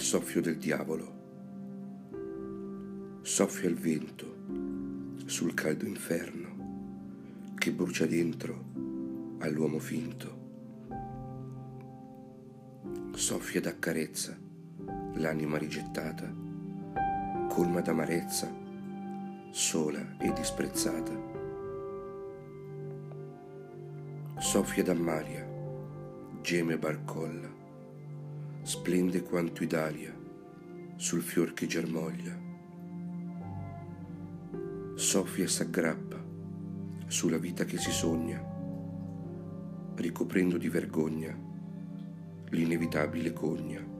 soffio del diavolo. Soffia il vento sul caldo inferno che brucia dentro all'uomo finto. Soffia ed accarezza l'anima rigettata, colma d'amarezza, sola e disprezzata. Soffia ed ammalia, geme e barcolla, splende quanto Idalia sul fior che germoglia. Soffia e s'aggrappa sulla vita che si sogna, ricoprendo di vergogna l'inevitabile gogna.